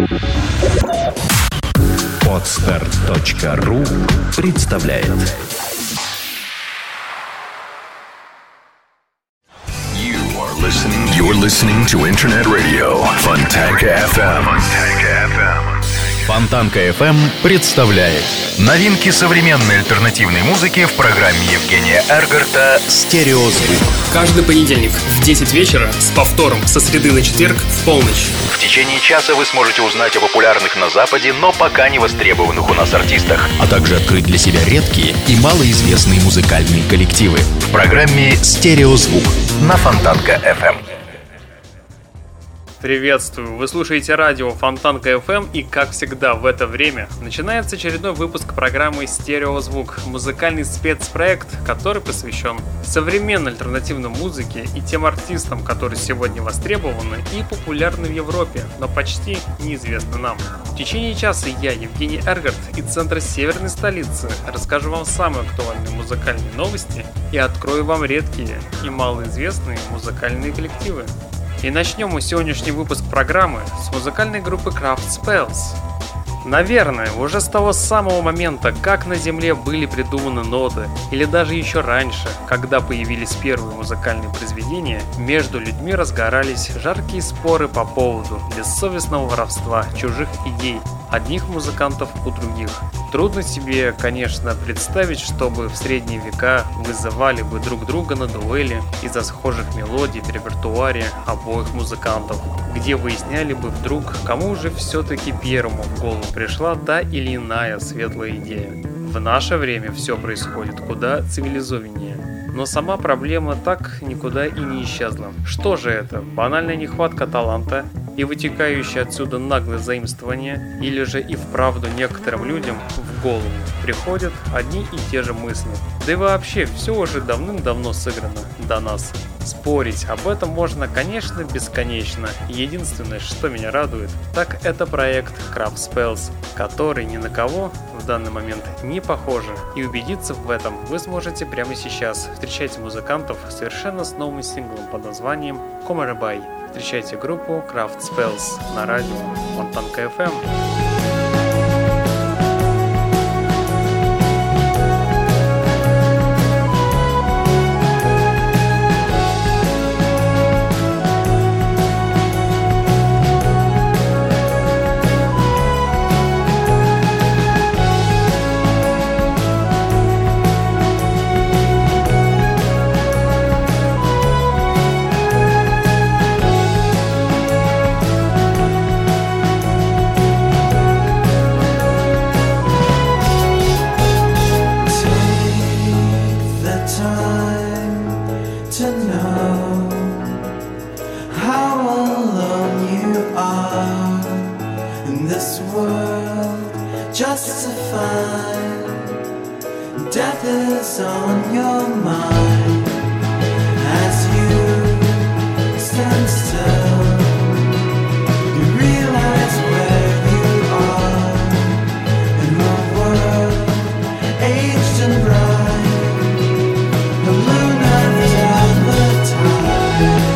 Podster.ru представляет. You're listening to Internet Radio Fontanka FM. Фонтанка FM представляет Новинки современной альтернативной музыки в программе Евгения Эргарта «Стереозвук». Каждый понедельник в 10 вечера с повтором со среды на четверг в полночь. В течение часа вы сможете узнать о популярных на Западе, но пока не востребованных у нас артистах, А также открыть для себя редкие и малоизвестные музыкальные коллективы. в программе «Стереозвук» на Фонтанка FM. Приветствую! Вы слушаете радио Фонтанка FM, и, как всегда, в это время начинается очередной выпуск программы «Стереозвук», музыкальный спецпроект, который посвящен современной альтернативной музыке и тем артистам, которые сегодня востребованы и популярны в Европе, но почти неизвестны нам. В течение часа я, Евгений Эргарт, из центра северной столицы, расскажу вам самые актуальные музыкальные новости и открою вам редкие и малоизвестные музыкальные коллективы. И начнем мы сегодняшний выпуск программы с музыкальной группы Craft Spells. Наверное, уже с того самого момента, как на Земле были придуманы ноты, или даже еще раньше, когда появились первые музыкальные произведения, между людьми разгорались жаркие споры по поводу бессовестного воровства чужих идей одних музыкантов у других. Трудно себе, конечно, представить, чтобы в средние века вызывали бы друг друга на дуэли из-за схожих мелодий в репертуаре обоих музыкантов, где выясняли бы вдруг, кому же все-таки первому в голову пришла та или иная светлая идея. В наше время все происходит куда цивилизованнее. Но сама проблема так никуда и не исчезла. Что же это? Банальная нехватка таланта и вытекающее отсюда наглое заимствование? Или же и вправду некоторым людям в голову приходят одни и те же мысли? Да и вообще, все уже давным-давно сыграно до нас. Спорить об этом можно, конечно, бесконечно. Единственное, что меня радует, так это проект Craft Spells, который ни на кого в данный момент не похожи. И убедиться в этом вы сможете прямо сейчас. Встречайте музыкантов совершенно с новым синглом под названием Комарабай. Встречайте группу Craft Spells на радио Фонтанка FM. Death is on your mind as you stand still. You realize where you are in a world aged and bright. The moon after the tide.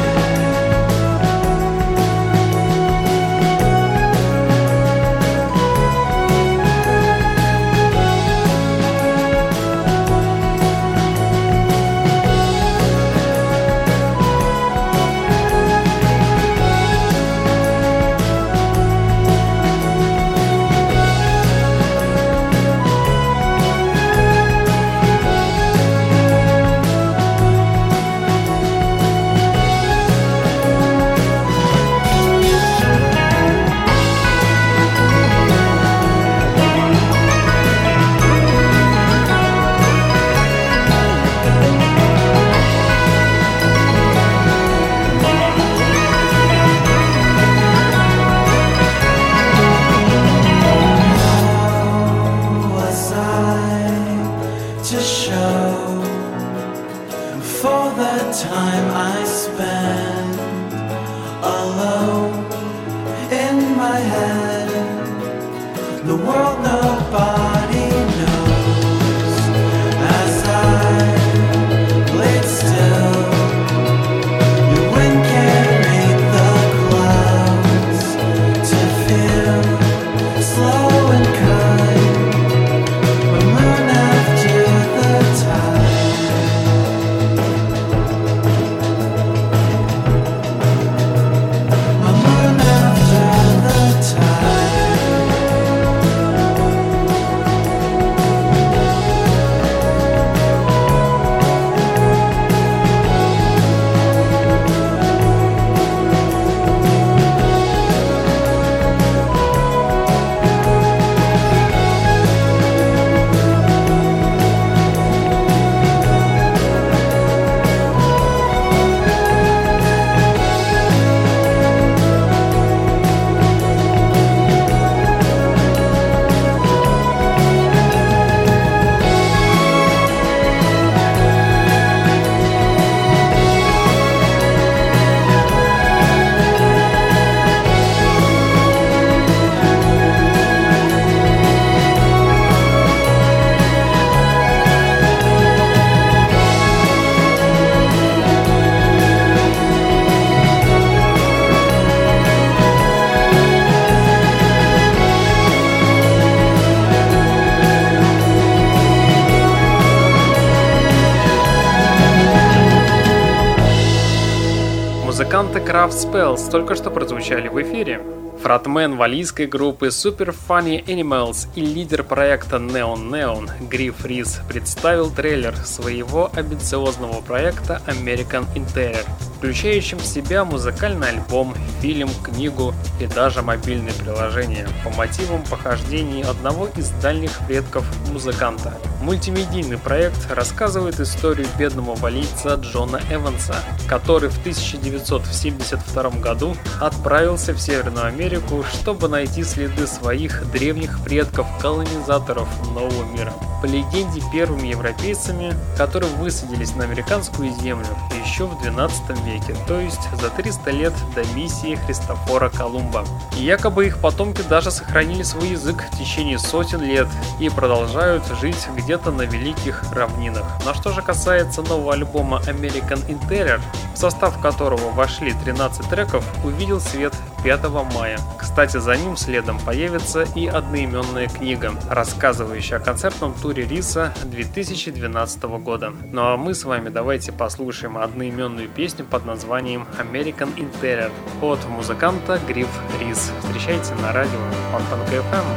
Time I spend alone in my head, the world nobody knows. As I laid still, your wind carried the clouds to feel Craft Spells только что прозвучали в эфире. Фронтмен валлийской группы Super Funny Animals и лидер проекта Neon Neon Гриф Рис представил трейлер своего амбициозного проекта American Interior, включающим в себя музыкальный альбом, фильм, книгу и даже мобильное приложение по мотивам похождений одного из дальних предков музыканта. Мультимедийный проект рассказывает историю бедного валлийца Джона Эванса, который в 1972 году отправился в Северную Америку, чтобы найти следы своих древних предков-колонизаторов Нового мира. По легенде, первыми европейцами, которые высадились на американскую землю еще в 12 веке, то есть за 300 лет до миссии Христофора Колумба. И якобы их потомки даже сохранили свой язык в течение сотен лет и продолжают жить где-то на великих равнинах. Но что же касается нового альбома American Interior, в состав которого вошли 13 треков, увидел свет 5 мая. Кстати, за ним следом появится и одноименная книга, рассказывающая о концертном туре Риса 2012 года. Ну а мы с вами давайте послушаем одноименную песню под названием American Interior от музыканта Гриф Рис. Встречайте на радио Фонтанка FM.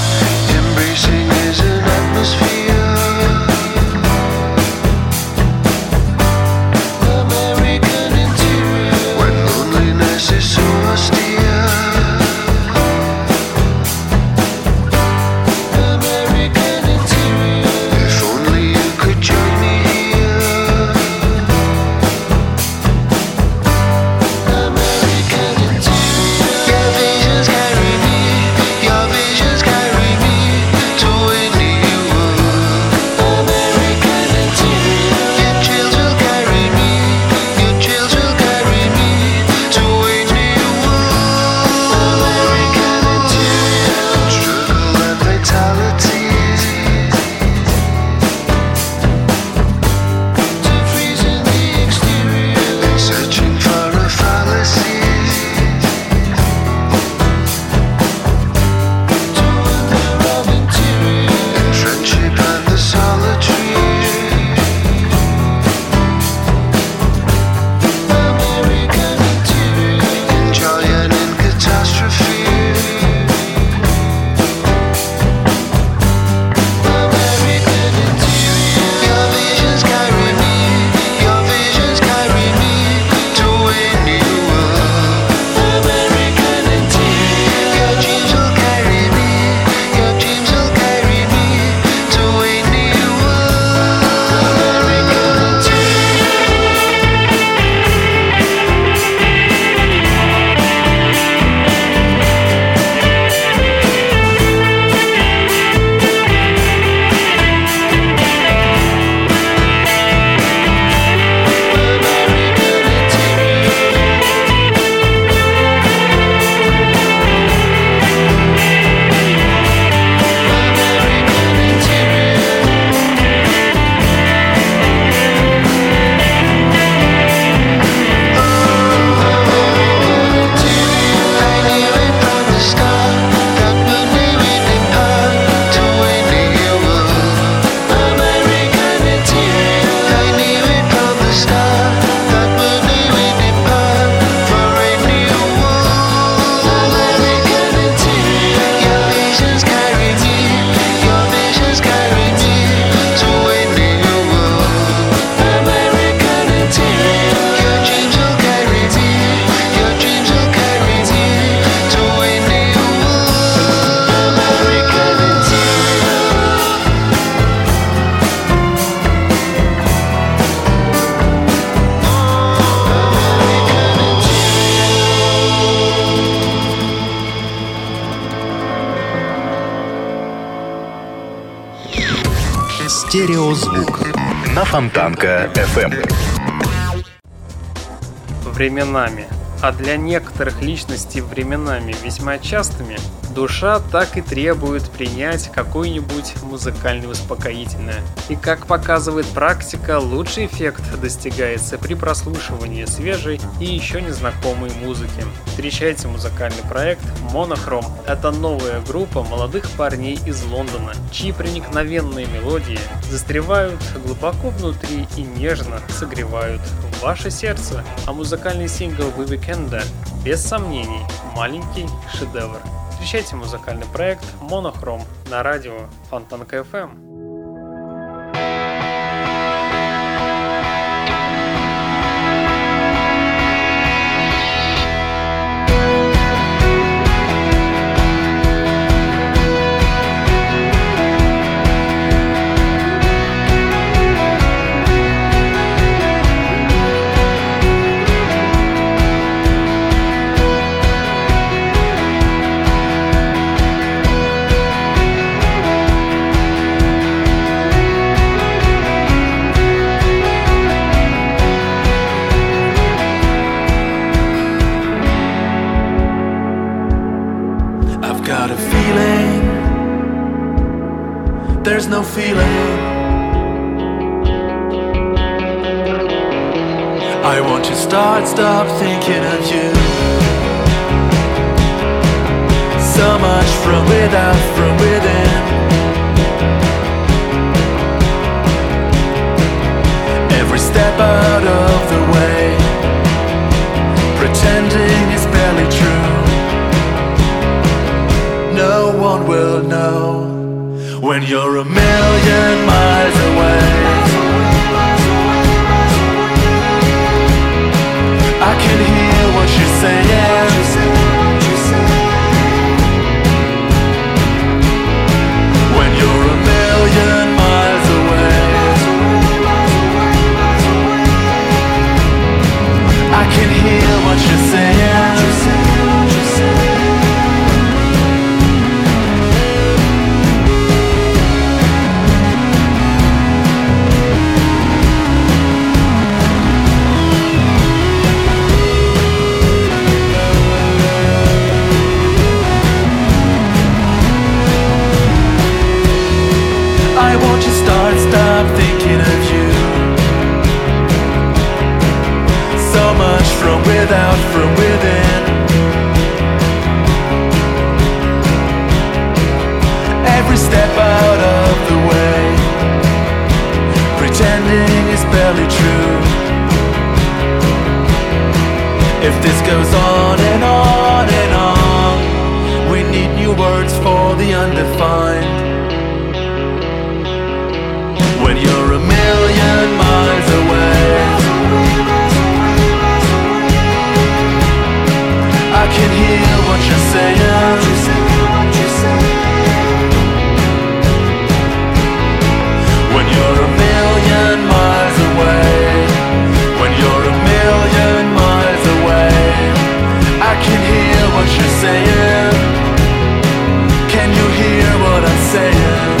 Стереозвук на Фонтанка FM. Временами, а для некоторых личностей временами весьма частыми, душа так и требует принять какое-нибудь музыкальное успокоительное. И как показывает практика, лучший эффект достигается при прослушивании свежей и еще незнакомой музыки. Встречайте музыкальный проект Monochrome. Это новая группа молодых парней из Лондона, чьи проникновенные мелодии застревают глубоко внутри и нежно согревают ваше сердце. А музыкальный сингл We Weekend, без сомнений, маленький шедевр. Встречайте музыкальный проект Monochrome на радио Фонтанка FM. There's no feeling. I want to stop thinking of you. So much from without, from within. Every step out of the way, pretending it's barely true. No one will know when you're a million miles away. I can hear what you're saying. When you're a million miles away, I can hear what you're saying. I want to stop thinking of you. So much from without, from within. Every step out of the way, pretending it's barely true. If this goes on and on and on, we need new words for the undefined. When you're a million miles away, I can hear what you're saying. When you're a million miles away, when you're a million miles away, I can hear what you're saying. Can you hear what I'm saying?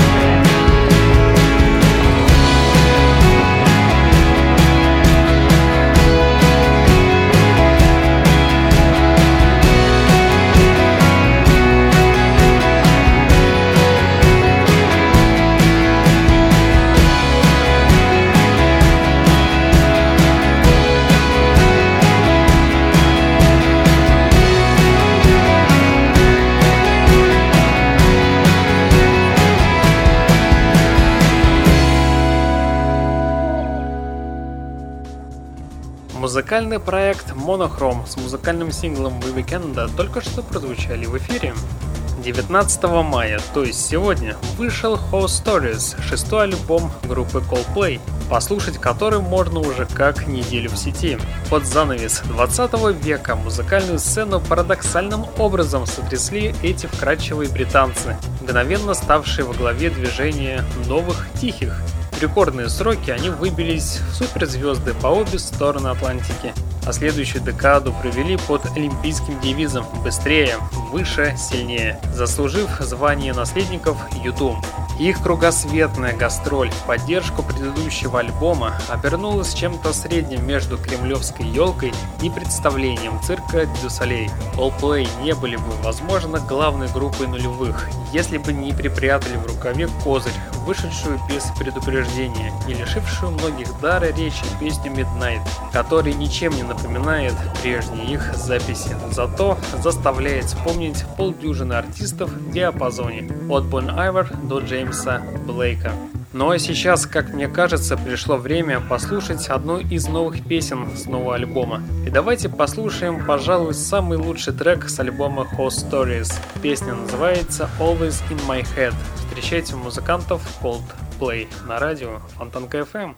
Музыкальный проект Monochrome с музыкальным синглом We Weekend только что прозвучали в эфире. 19 мая, то есть сегодня, вышел House Stories, шестой альбом группы Coldplay, послушать который можно уже как неделю в сети. Под занавес 20 века музыкальную сцену парадоксальным образом сотрясли эти вкрадчивые британцы, мгновенно ставшие во главе движения новых тихих. В рекордные сроки они выбились в суперзвезды по обе стороны Атлантики, а следующую декаду провели под олимпийским девизом «Быстрее, выше, сильнее», заслужив звание наследников U2. Их кругосветная гастроль в поддержку предыдущего альбома обернулась чем-то средним между кремлевской елкой и представлением цирка Дю Солей. Coldplay не были бы, возможно, главной группой нулевых, если бы не припрятали в рукаве козырь, вышедшую без предупреждения и лишившую многих дара речи песню Midnight, который ничем не напоминает прежние их записи, зато заставляет вспомнить полдюжины артистов в диапазоне от Bon Iver до Джеймса Блейка. Ну а сейчас, как мне кажется, пришло время послушать одну из новых песен с нового альбома. И давайте послушаем, пожалуй, самый лучший трек с альбома Host Stories. Песня называется Always in My Head. Встречайте музыкантов Coldplay на радио Фонтанка FM.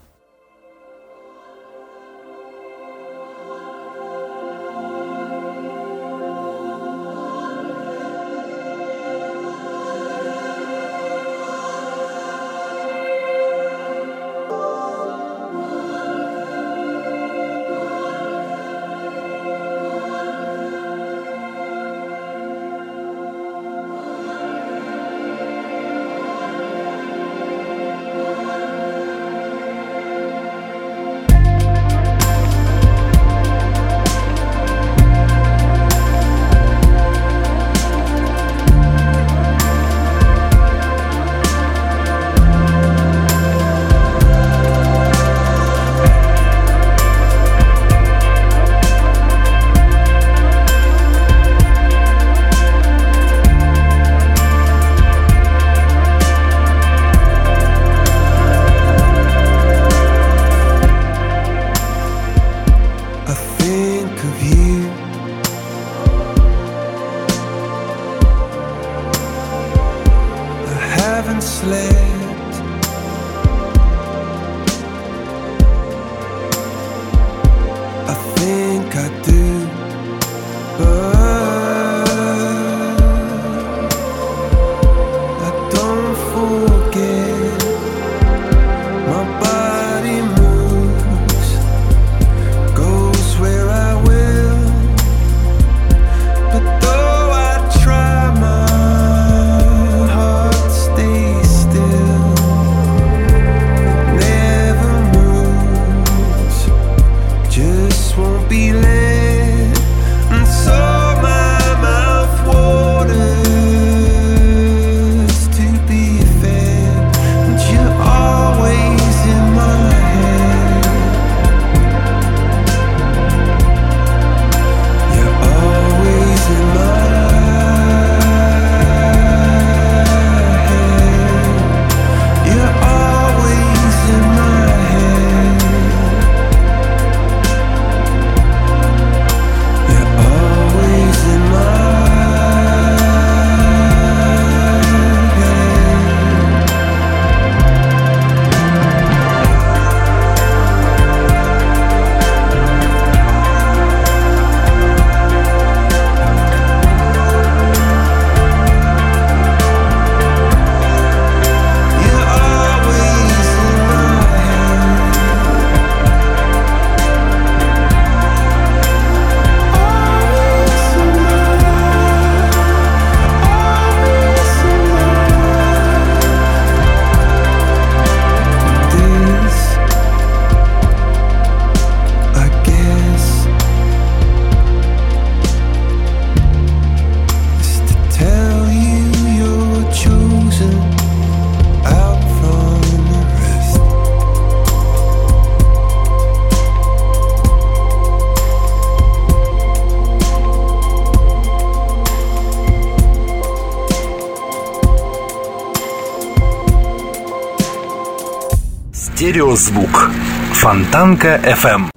Стереозвук. Фонтанка FM.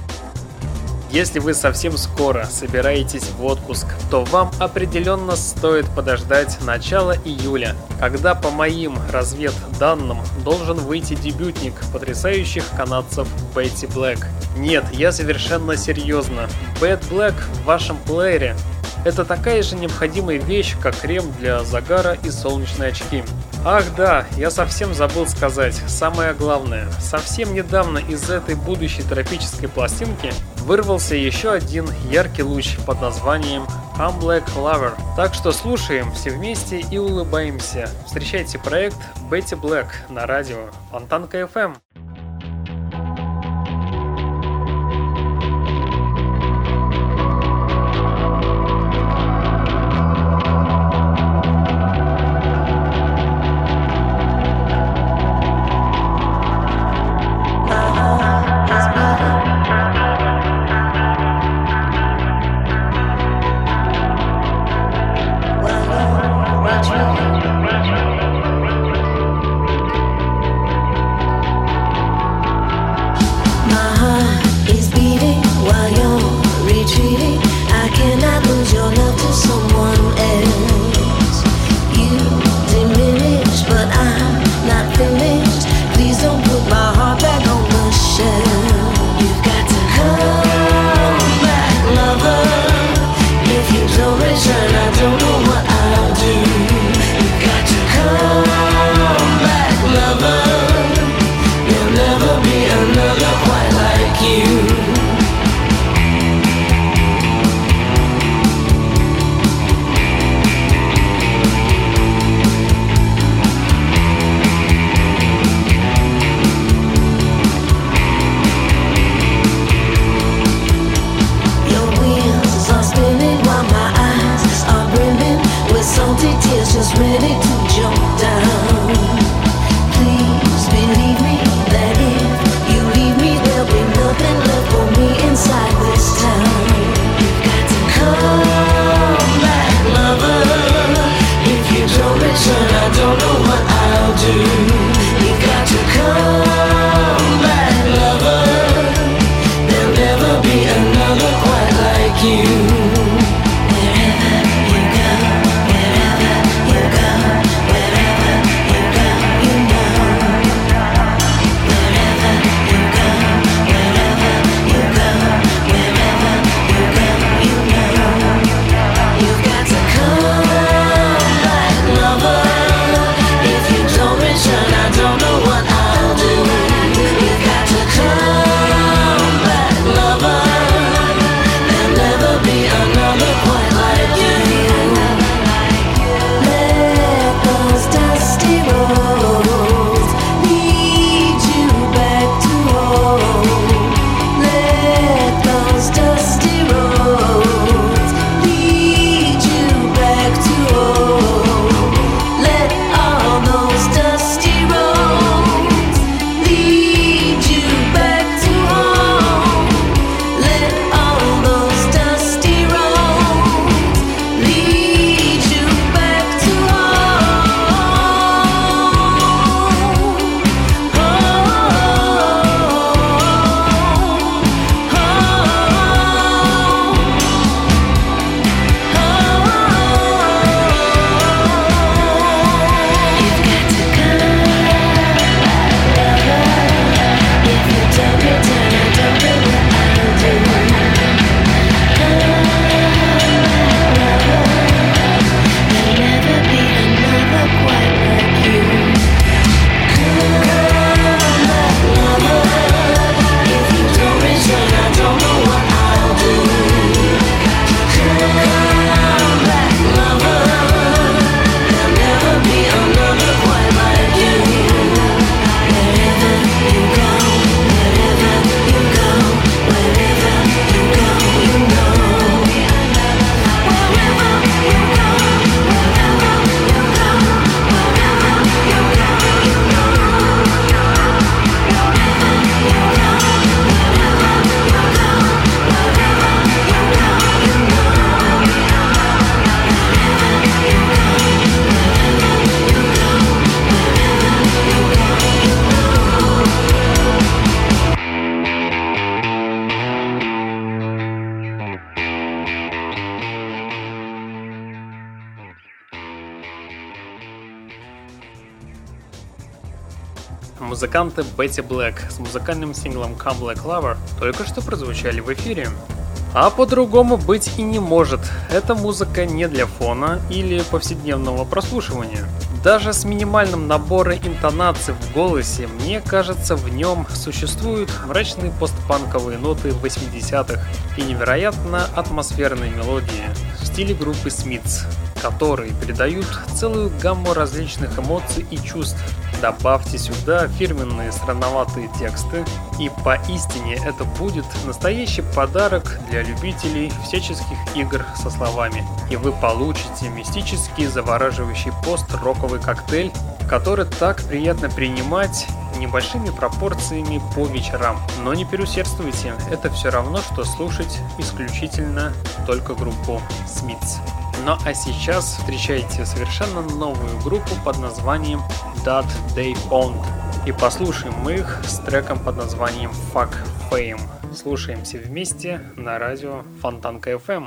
Если вы совсем скоро собираетесь в отпуск, то вам определенно стоит подождать начала июля, когда, по моим разведданным, должен выйти дебютник потрясающих канадцев Bad Black. Нет, я совершенно серьезно. Bad Black в вашем плеере Это такая же необходимая вещь, как крем для загара и солнечные очки. Ах да, я совсем забыл сказать, самое главное. Совсем недавно из этой будущей тропической пластинки вырвался еще один яркий луч под названием Come Black Lover. Так что слушаем все вместе и улыбаемся. Встречайте проект Betty Black на радио Фонтанка FM. Музыканты Betty Black с музыкальным синглом Come Black Lover только что прозвучали в эфире. А по-другому быть и не может. Эта музыка не для фона или повседневного прослушивания. Даже с минимальным набором интонаций в голосе, мне кажется, в нем существуют мрачные постпанковые ноты 80-х и невероятно атмосферные мелодии в стиле группы Smiths, которые передают целую гамму различных эмоций и чувств. Добавьте сюда фирменные странноватые тексты, и поистине это будет настоящий подарок для любителей всяческих игр со словами. И вы получите мистический завораживающий пост-роковый коктейль, который так приятно принимать небольшими пропорциями по вечерам. Но не переусердствуйте, это все равно, что слушать исключительно только группу Smiths. Ну а сейчас встречайте совершенно новую группу под названием That They Owned. И послушаем мы их с треком под названием Fuck Fame. Слушаем все вместе на радио Фонтанка FM.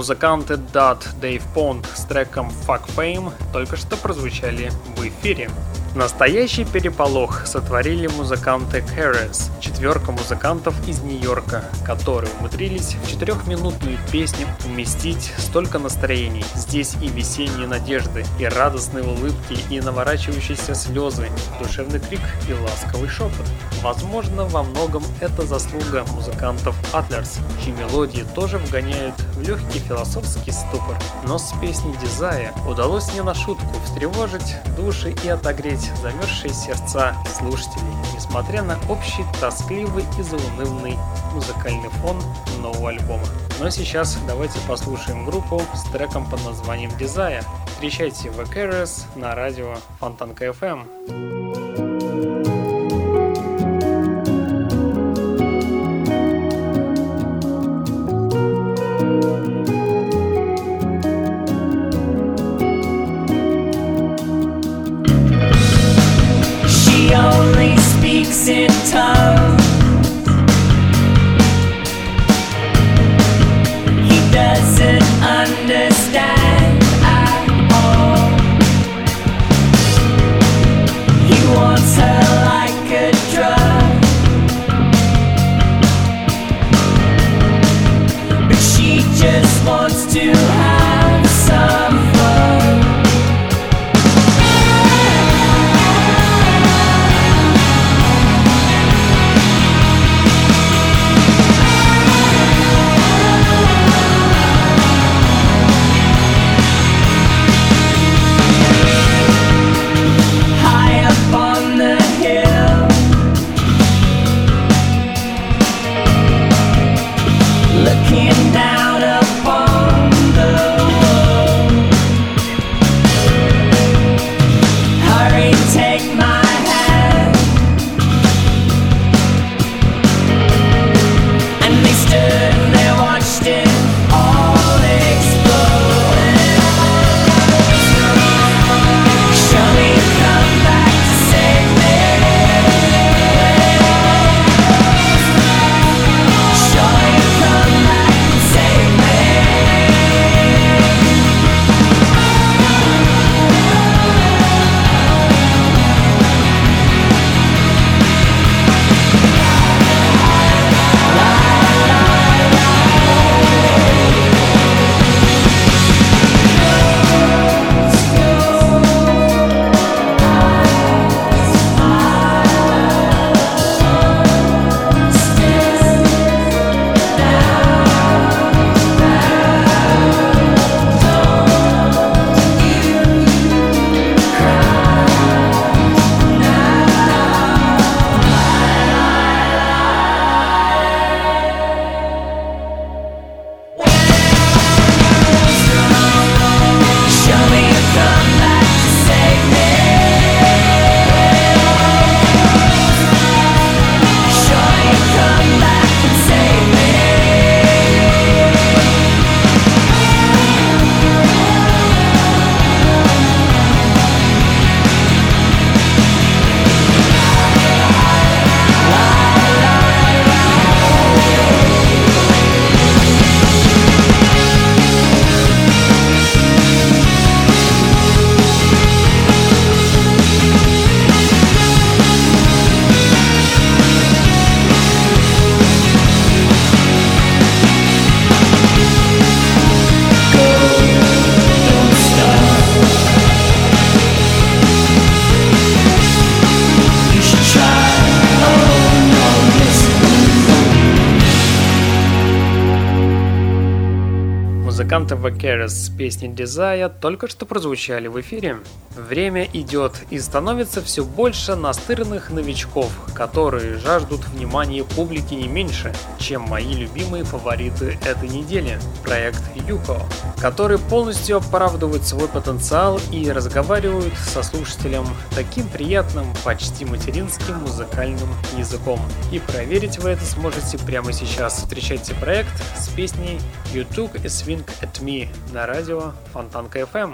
Музыканты Dot Dave Pond с треком Fuck Fame только что прозвучали в эфире. Настоящий переполох сотворили музыканты Keres, четверка музыкантов из Нью-Йорка, которые умудрились в 4-минутную песню уместить столько настроений. Здесь и весенние надежды, и радостные улыбки, и наворачивающиеся слезы, душевный крик и ласковый шепот. Возможно, во многом это заслуга музыкантов Atlas, чьи мелодии тоже вгоняют в легкий философский ступор. Но с песней Desire удалось не на шутку встревожить души и отогреть замерзшие сердца слушателей, несмотря на общий тоскливый и заунывный музыкальный фон нового альбома. Но сейчас давайте послушаем группу с треком под названием Desire. Встречайте The Keres на радио Фонтанка FM. In tongues, he doesn't understand at all. He wants her like a drug, but she just wants to have some fun. Looking down upon the world. Hurry, take my hand. And they stood and they watched it all explode. Show me you come back to save me. Show me you come back and save me. Show me you come back to save me. Show me you come back and save me. Don't stop. You should try. Oh no, listen. Музыканты The Keres с песней Desire только что прозвучали в эфире. Время идет, и становится все больше настырных новичков, которые жаждут внимания публики не меньше, чем мои любимые фавориты этой недели – проект Yuko, который полностью оправдывает свой потенциал и разговаривают со слушателем таким приятным, почти материнским музыкальным языком. И проверить вы это сможете прямо сейчас. Встречайте проект с песней You Took a Swing at Me на радио Фонтанка FM.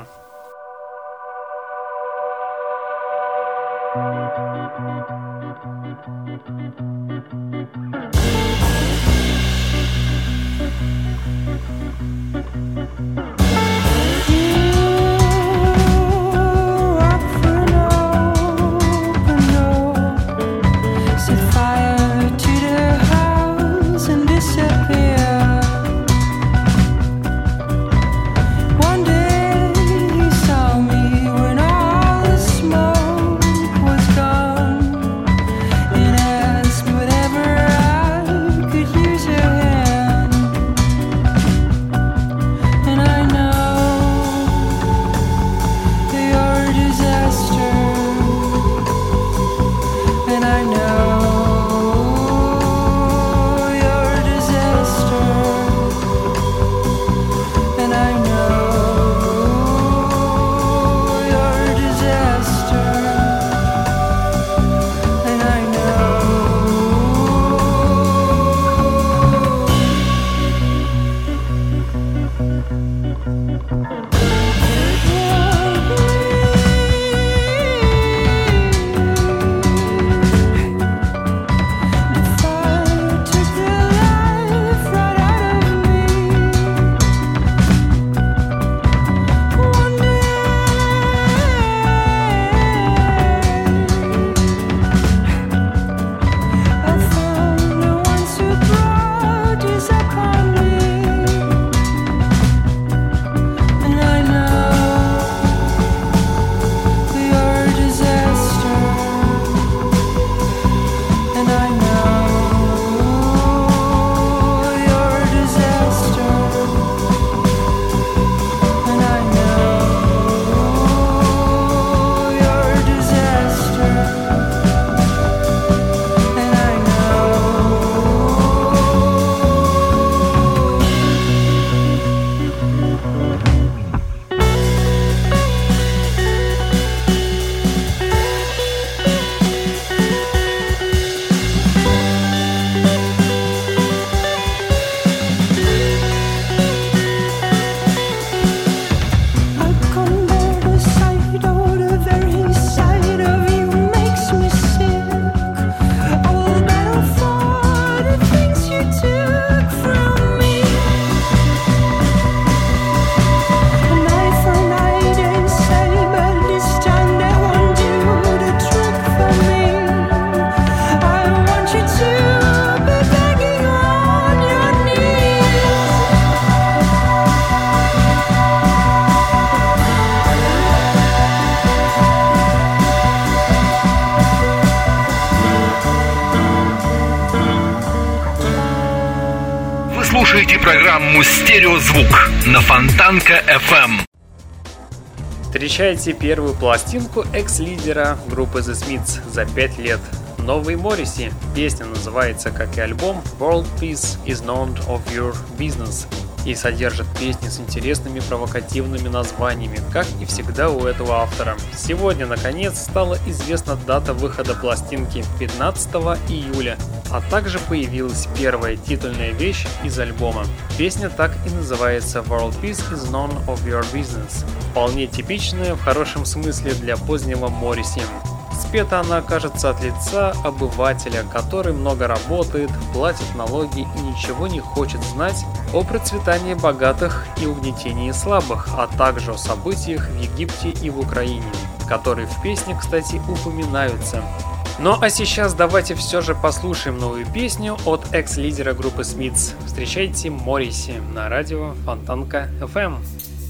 слушаете программу «Стереозвук» на Фонтанка FM. Встречайте первую пластинку экс-лидера группы The Smiths за 5 лет. Новый Морриси. Песня называется, как и альбом, World Peace is None of Your Business и содержит песни с интересными провокативными названиями, как и всегда у этого автора. Сегодня, наконец, стала известна дата выхода пластинки 15 июля, а также появилась первая титульная вещь из альбома. Песня так и называется World Peace is None of Your Business. Вполне типичная в хорошем смысле для позднего Морриси. Спета она окажется от лица обывателя, который много работает, платит налоги и ничего не хочет знать о процветании богатых и угнетении слабых, а также о событиях в Египте и в Украине, которые в песне, кстати, упоминаются. Ну а сейчас давайте все же послушаем новую песню от экс-лидера группы Smiths. Встречайте Морриси на радио Фонтанка FM.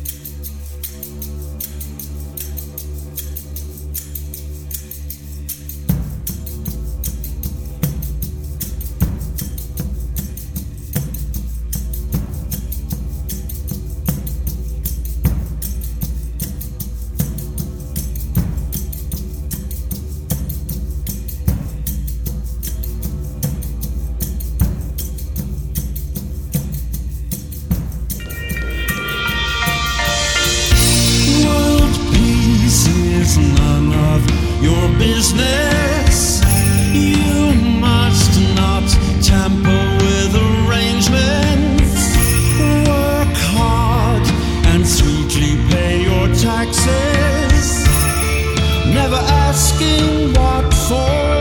Business, you must not tamper with arrangements. Work hard and sweetly pay your taxes, never asking what for.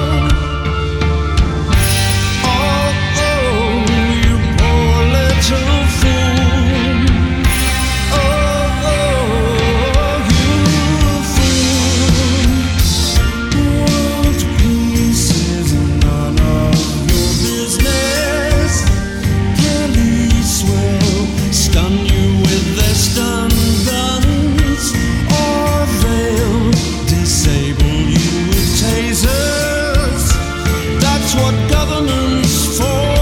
Oh, oh, you poor little fool. Oh, oh, you fool. World peace is none of your business. Police will stun you with their stun guns, or they'll disable you with tasers. That's what government's for.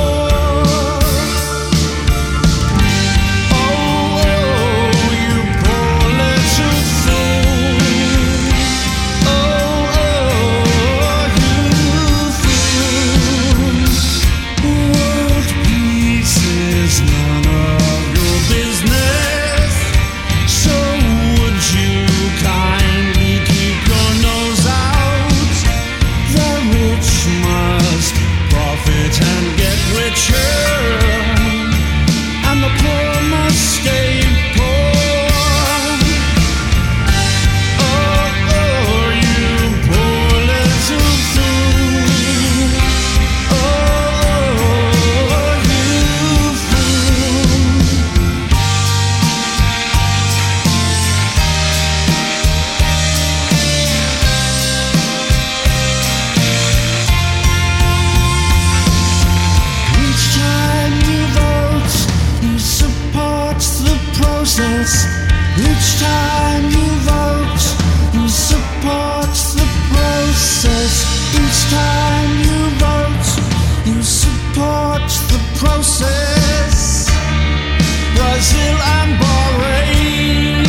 Oh, oh, you poor little fool. Oh, oh, you fool. World peace is none of your business. So would you kindly keep your nose out? The rich must profit and get richer, and the poor must stay poor. Oh, oh, you poor little fool. Oh, you fool. Each time you vote, you support the process. Each time you vote, you support the process. Each time you vote, you support the process. Brazil and Bahrain.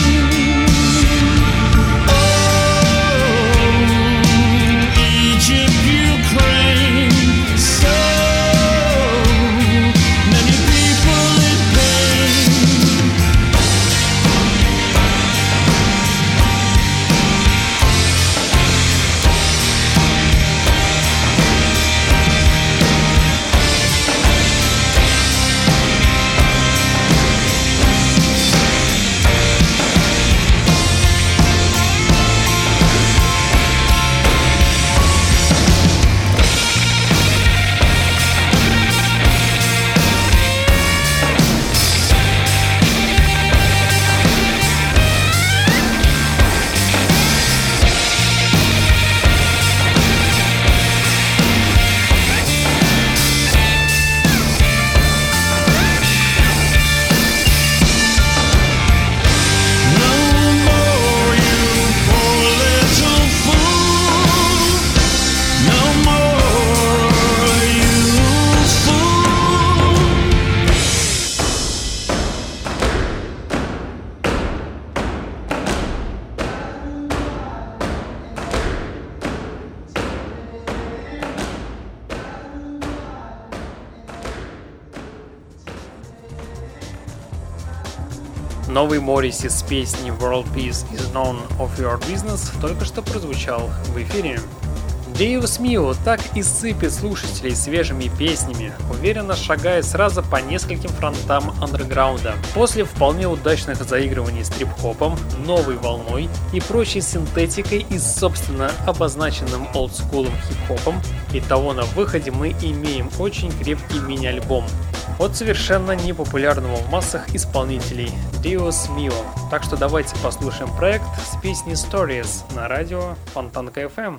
Oh, Egypt, Ukraine. So many people in pain. Новый Морриси с песней World Peace is None of Your Business только что прозвучал в эфире. Deus Mio так и сыпет слушателей свежими песнями, уверенно шагая сразу по нескольким фронтам андерграунда. После вполне удачных заигрываний с трип-хопом, новой волной и прочей синтетикой и собственно обозначенным олдскулом хип-хопом, итого на выходе мы имеем очень крепкий мини-альбом от совершенно непопулярного в массах исполнителей Deus Mio. Так что давайте послушаем проект с песней Stories на радио Фонтанка FM.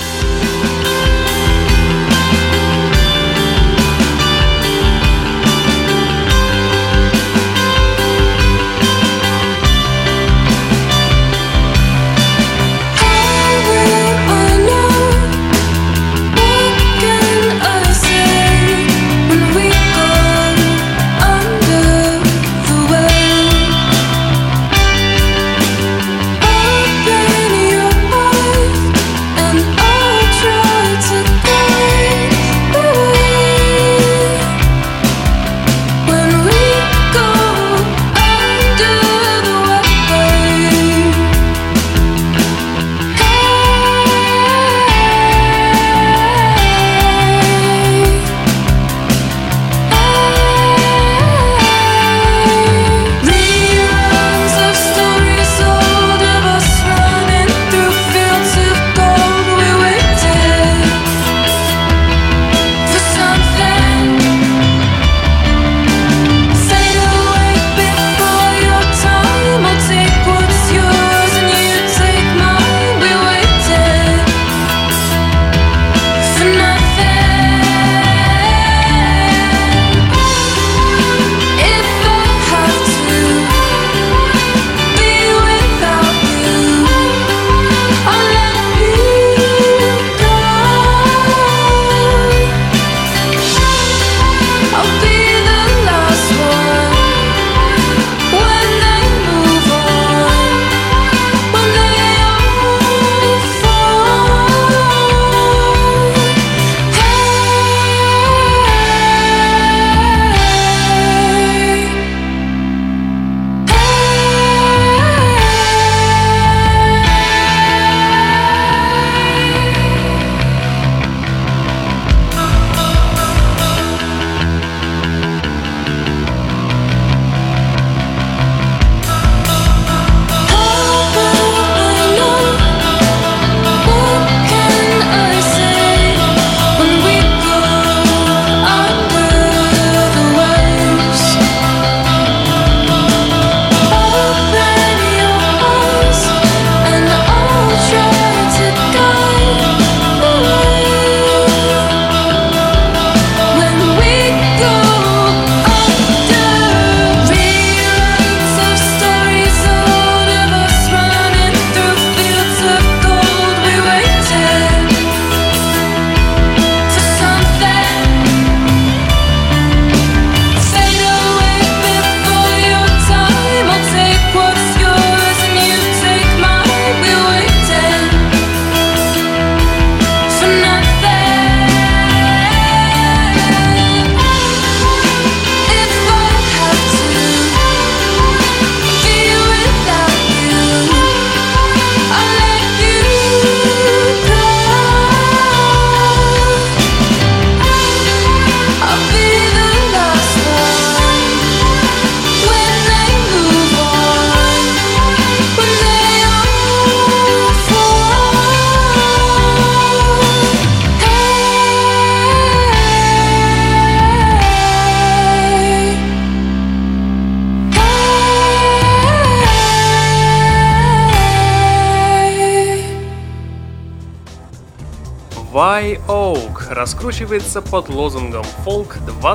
Wye Oak раскручивается под лозунгом «Фолк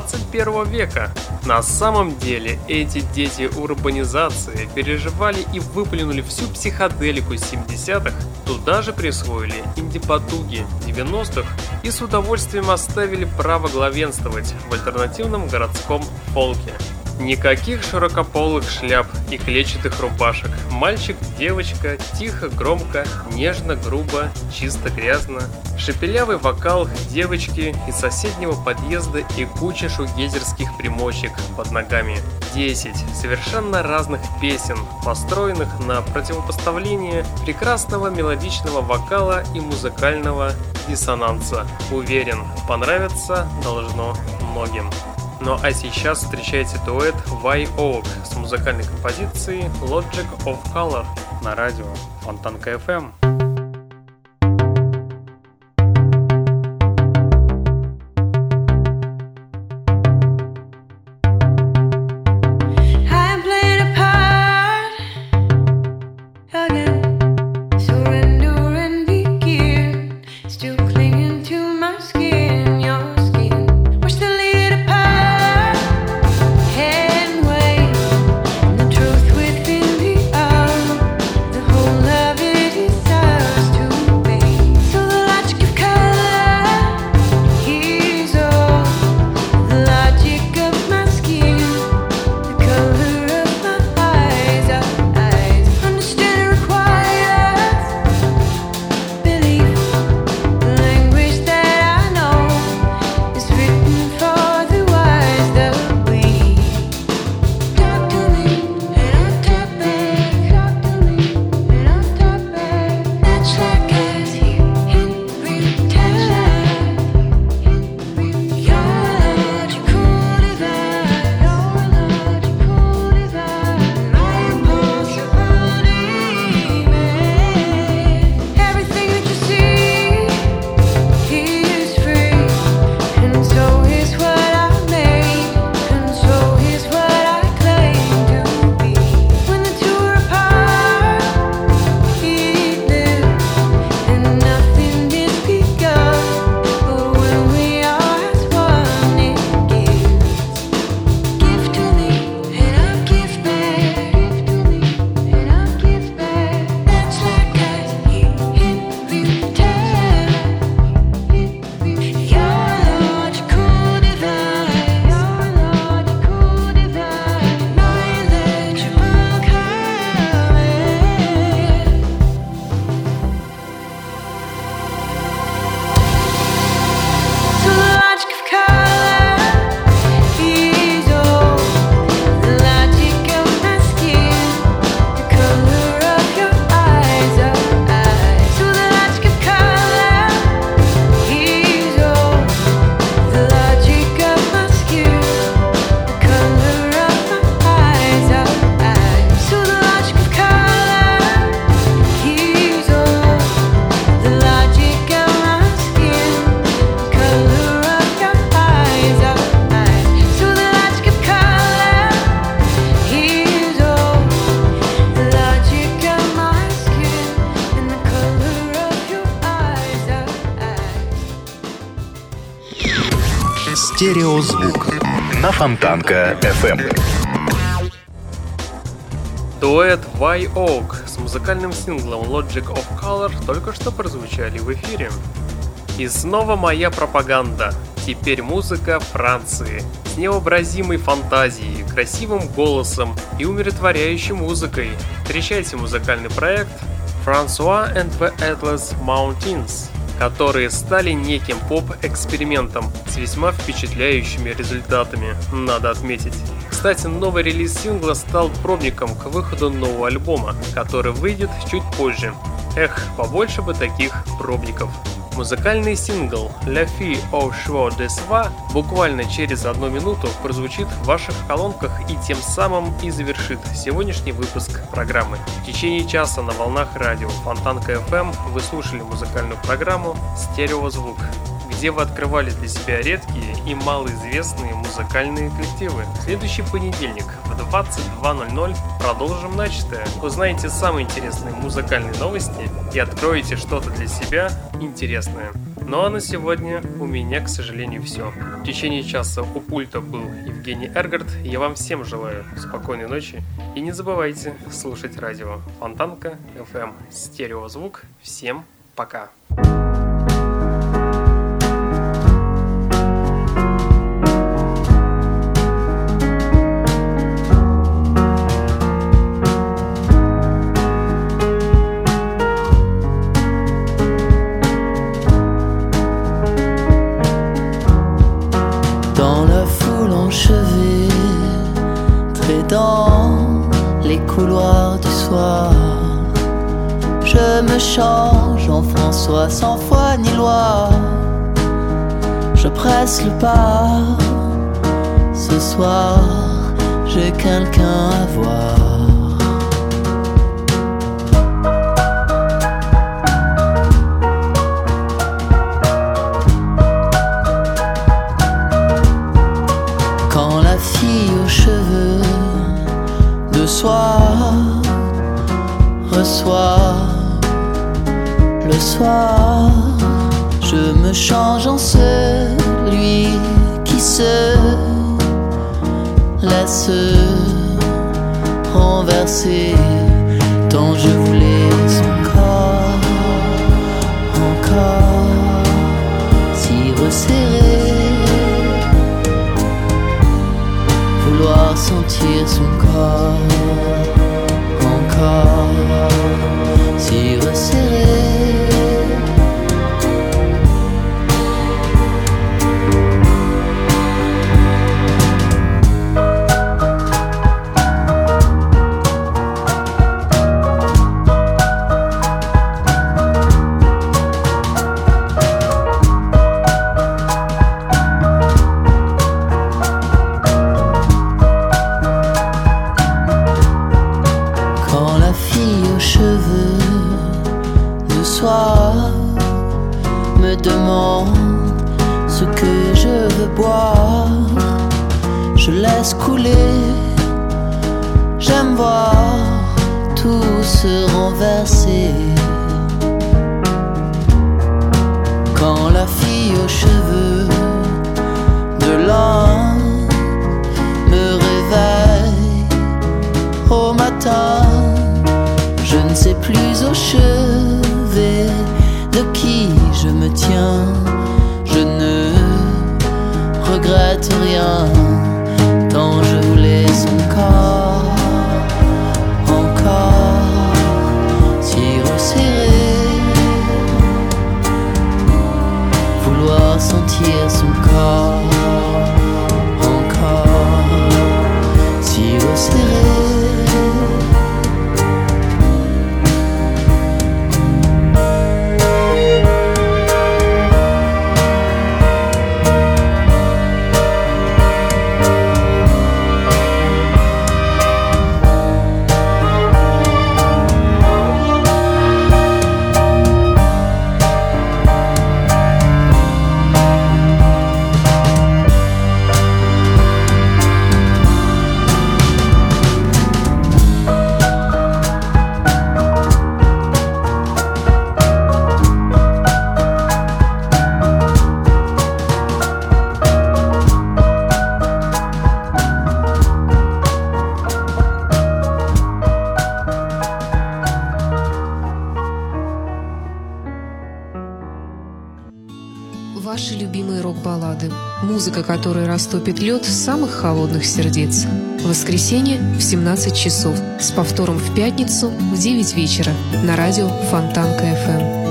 21 века». На самом деле эти дети урбанизации переживали и выплюнули всю психоделику 70-х, туда же присвоили инди-потуги 90-х и с удовольствием оставили право главенствовать в альтернативном городском фолке. Никаких широкополых шляп и клетчатых рубашек. Мальчик, девочка, тихо, громко, нежно, грубо, чисто, грязно. Шепелявый вокал девочки из соседнего подъезда и куча шугейзерских примочек под ногами. 10 совершенно разных песен, построенных на противопоставлении прекрасного мелодичного вокала и музыкального диссонанса. Уверен, понравится должно многим. Ну а сейчас встречайте дуэт Why Oak с музыкальной композицией Logic of Color на радио Фонтанка FM. Стереозвук на Фонтанка FM. Дуэт Why Oak с музыкальным синглом Logic of Color только что прозвучали в эфире. И снова моя пропаганда. Теперь музыка Франции. С невообразимой фантазией, красивым голосом и умиротворяющей музыкой. Встречайте музыкальный проект François and the Atlas Mountains, которые стали неким поп-экспериментом с весьма впечатляющими результатами, надо отметить. Кстати, новый релиз сингла стал пробником к выходу нового альбома, который выйдет чуть позже. Эх, побольше бы таких пробников. Музыкальный сингл «La Fille au Cheveux de Soie» буквально через 1 минуту прозвучит в ваших колонках и тем самым и завершит сегодняшний выпуск программы. В течение часа на волнах радио Фонтанка FM вы слушали музыкальную программу «Стереозвук», где вы открывали для себя редкие и малоизвестные музыкальные коллективы. В следующий понедельник в 22:00 продолжим начатое. Узнаете самые интересные музыкальные новости и откроете что-то для себя интересное. Ну а на сегодня у меня, к сожалению, все. В течение часа у пульта был Евгений Эргард. Я вам всем желаю спокойной ночи. И не забывайте слушать радио Фонтанка FM Стереозвук. Всем пока. dans les couloirs du soir. Je me change en François sans foi ni loi. Je presse le pas. Ce soir, j'ai quelqu'un à voir. Quand la fille aux cheveux de soie reçoit le soir, je me change en celui qui se laisse renverser tant je voulais son corps encore si resserré, vouloir sentir son corps encore si resserré. Me demande ce que je veux boire, je laisse couler. J'aime voir tout se renverser. Quand la fille aux cheveux de l'an me réveille au matin, je ne sais plus au chevet de qui je me tiens. Je ne regrette rien tant je voulais son corps encore si resserré, vouloir sentir son corps encore si resserré. Ваши любимые рок-баллады. Музыка, которая растопит лед самых холодных сердец. В воскресенье в 17 часов. С повтором в пятницу в 9 вечера. На радио Фонтанка FM.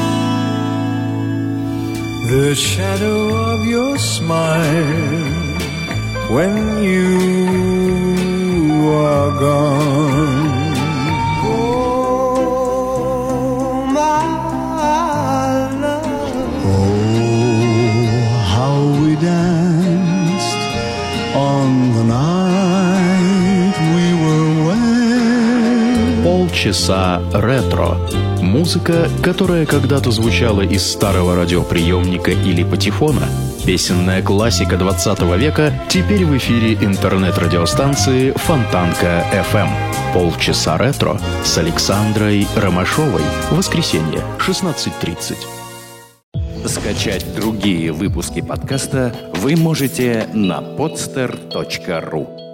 The shadow of your smile when you are gone. Oh, my love. Oh, how we danced on the night we were wed. Полчаса ретро. Музыка, которая когда-то звучала из старого радиоприемника или патефона, песенная классика 20 века, теперь в эфире интернет-радиостанции Фонтанка FM. Полчаса ретро с Александрой Ромашовой. Воскресенье, 16:30. Скачать другие выпуски подкаста вы можете на podster.ru.